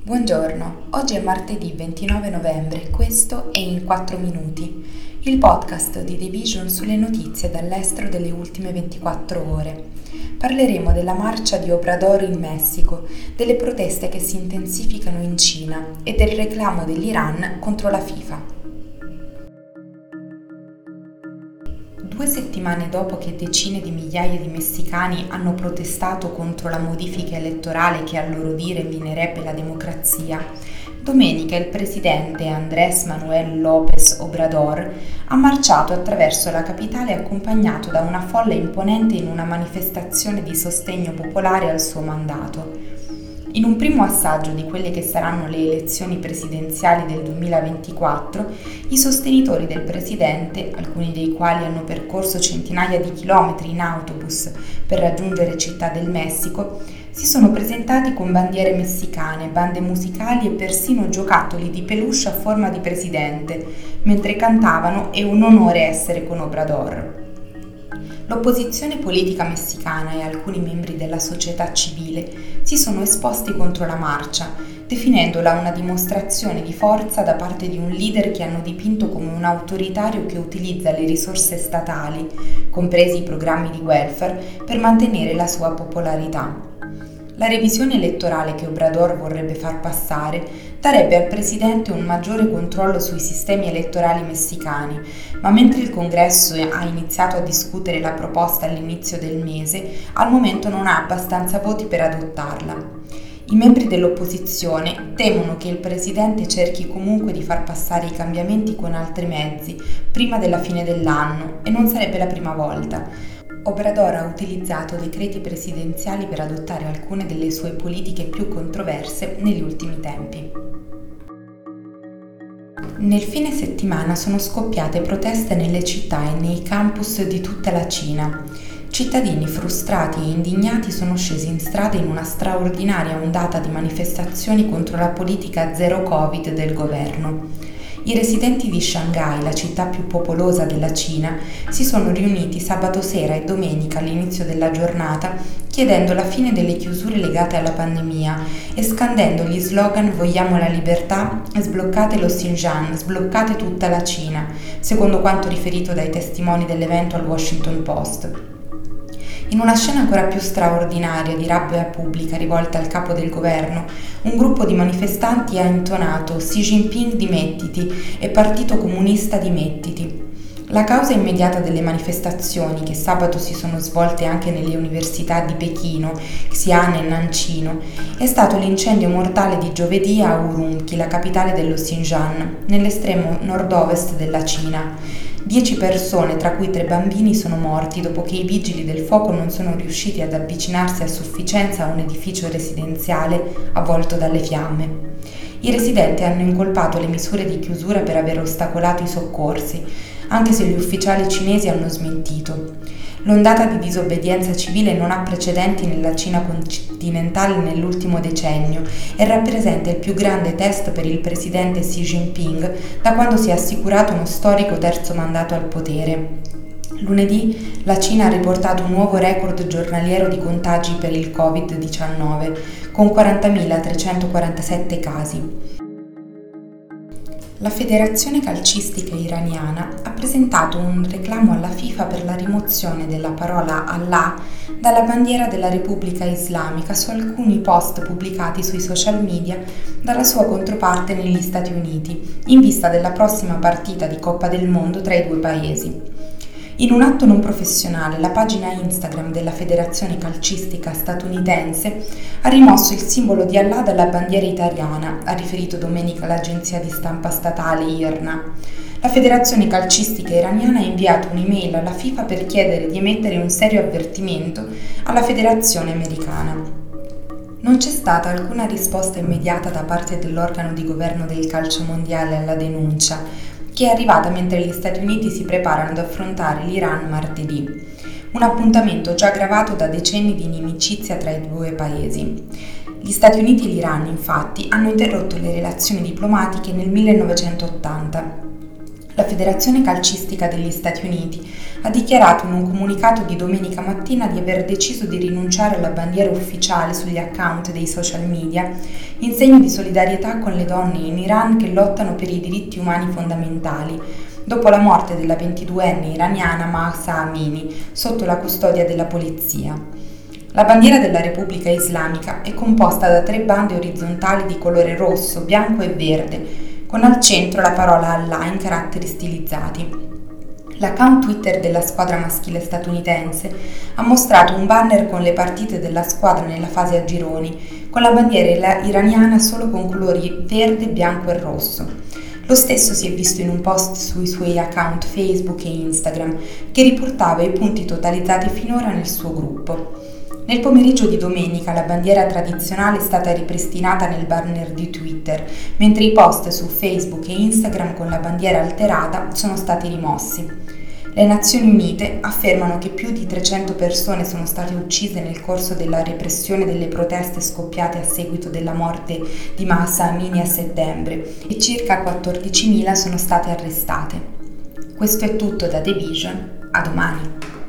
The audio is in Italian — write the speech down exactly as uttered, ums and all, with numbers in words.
Buongiorno, oggi è martedì ventinove novembre e questo è In quattro minuti, il podcast di The Vision sulle notizie dall'estero delle ultime ventiquattro ore. Parleremo della marcia di Obrador in Messico, delle proteste che si intensificano in Cina e del reclamo dell'Iran contro la FIFA. Due settimane dopo che decine di migliaia di messicani hanno protestato contro la modifica elettorale che a loro dire minerebbe la democrazia, domenica il presidente Andrés Manuel López Obrador ha marciato attraverso la capitale accompagnato da una folla imponente in una manifestazione di sostegno popolare al suo mandato. In un primo assaggio di quelle che saranno le elezioni presidenziali del duemilaventiquattro, i sostenitori del presidente, alcuni dei quali hanno percorso centinaia di chilometri in autobus per raggiungere Città del Messico, si sono presentati con bandiere messicane, bande musicali e persino giocattoli di peluche a forma di presidente, mentre cantavano "È un onore essere con Obrador". L'opposizione politica messicana e alcuni membri della società civile si sono esposti contro la marcia, definendola una dimostrazione di forza da parte di un leader che hanno dipinto come un autoritario che utilizza le risorse statali, compresi i programmi di welfare, per mantenere la sua popolarità. La revisione elettorale che Obrador vorrebbe far passare darebbe al presidente un maggiore controllo sui sistemi elettorali messicani, ma mentre il Congresso ha iniziato a discutere la proposta all'inizio del mese, al momento non ha abbastanza voti per adottarla. I membri dell'opposizione temono che il presidente cerchi comunque di far passare i cambiamenti con altri mezzi prima della fine dell'anno, e non sarebbe la prima volta. Obrador ha utilizzato decreti presidenziali per adottare alcune delle sue politiche più controverse negli ultimi tempi. Nel fine settimana sono scoppiate proteste nelle città e nei campus di tutta la Cina. Cittadini frustrati e indignati sono scesi in strada in una straordinaria ondata di manifestazioni contro la politica zero Covid del governo. I residenti di Shanghai, la città più popolosa della Cina, si sono riuniti sabato sera e domenica all'inizio della giornata chiedendo la fine delle chiusure legate alla pandemia e scandendo gli slogan "Vogliamo la libertà" e "Sbloccate lo Xinjiang, sbloccate tutta la Cina", secondo quanto riferito dai testimoni dell'evento al Washington Post. In una scena ancora più straordinaria di rabbia pubblica rivolta al capo del governo, un gruppo di manifestanti ha intonato "Xi Jinping dimettiti" e "Partito Comunista dimettiti". La causa immediata delle manifestazioni, che sabato si sono svolte anche nelle università di Pechino, Xi'an e Nancino, è stato l'incendio mortale di giovedì a Urumqi, la capitale dello Xinjiang, nell'estremo nord-ovest della Cina. Dieci persone, tra cui tre bambini, sono morti dopo che i vigili del fuoco non sono riusciti ad avvicinarsi a sufficienza a un edificio residenziale avvolto dalle fiamme. I residenti hanno incolpato le misure di chiusura per aver ostacolato i soccorsi, anche se gli ufficiali cinesi hanno smentito. L'ondata di disobbedienza civile non ha precedenti nella Cina continentale nell'ultimo decennio e rappresenta il più grande test per il presidente Xi Jinping da quando si è assicurato uno storico terzo mandato al potere. Lunedì la Cina ha riportato un nuovo record giornaliero di contagi per il covid diciannove, con quarantamilatrecentoquarantasette casi. La Federazione Calcistica Iraniana ha presentato un reclamo alla FIFA per la rimozione della parola Allah dalla bandiera della Repubblica Islamica su alcuni post pubblicati sui social media dalla sua controparte negli Stati Uniti, in vista della prossima partita di Coppa del Mondo tra i due paesi. In un atto non professionale, la pagina Instagram della Federazione Calcistica Statunitense ha rimosso il simbolo di Allah dalla bandiera italiana, ha riferito domenica l'agenzia di stampa statale I R N A. La Federazione Calcistica Iraniana ha inviato un'email alla FIFA per chiedere di emettere un serio avvertimento alla Federazione Americana. Non c'è stata alcuna risposta immediata da parte dell'organo di governo del calcio mondiale alla denuncia, che è arrivata mentre gli Stati Uniti si preparano ad affrontare l'Iran martedì, un appuntamento già gravato da decenni di inimicizia tra i due paesi. Gli Stati Uniti e l'Iran, infatti, hanno interrotto le relazioni diplomatiche nel millenovecentottanta. La Federazione Calcistica degli Stati Uniti ha dichiarato in un comunicato di domenica mattina di aver deciso di rinunciare alla bandiera ufficiale sugli account dei social media in segno di solidarietà con le donne in Iran che lottano per i diritti umani fondamentali, dopo la morte della ventiduenne iraniana Mahsa Amini sotto la custodia della polizia. La bandiera della Repubblica Islamica è composta da tre bande orizzontali di colore rosso, bianco e verde, con al centro la parola Allah in caratteri stilizzati. L'account Twitter della squadra maschile statunitense ha mostrato un banner con le partite della squadra nella fase a gironi, con la bandiera iraniana solo con colori verde, bianco e rosso. Lo stesso si è visto in un post sui suoi account Facebook e Instagram, che riportava i punti totalizzati finora nel suo gruppo. Nel pomeriggio di domenica la bandiera tradizionale è stata ripristinata nel banner di Twitter, mentre i post su Facebook e Instagram con la bandiera alterata sono stati rimossi. Le Nazioni Unite affermano che più di trecento persone sono state uccise nel corso della repressione delle proteste scoppiate a seguito della morte di Mahsa Amini a settembre e circa quattordicimila sono state arrestate. Questo è tutto da The Vision, a domani.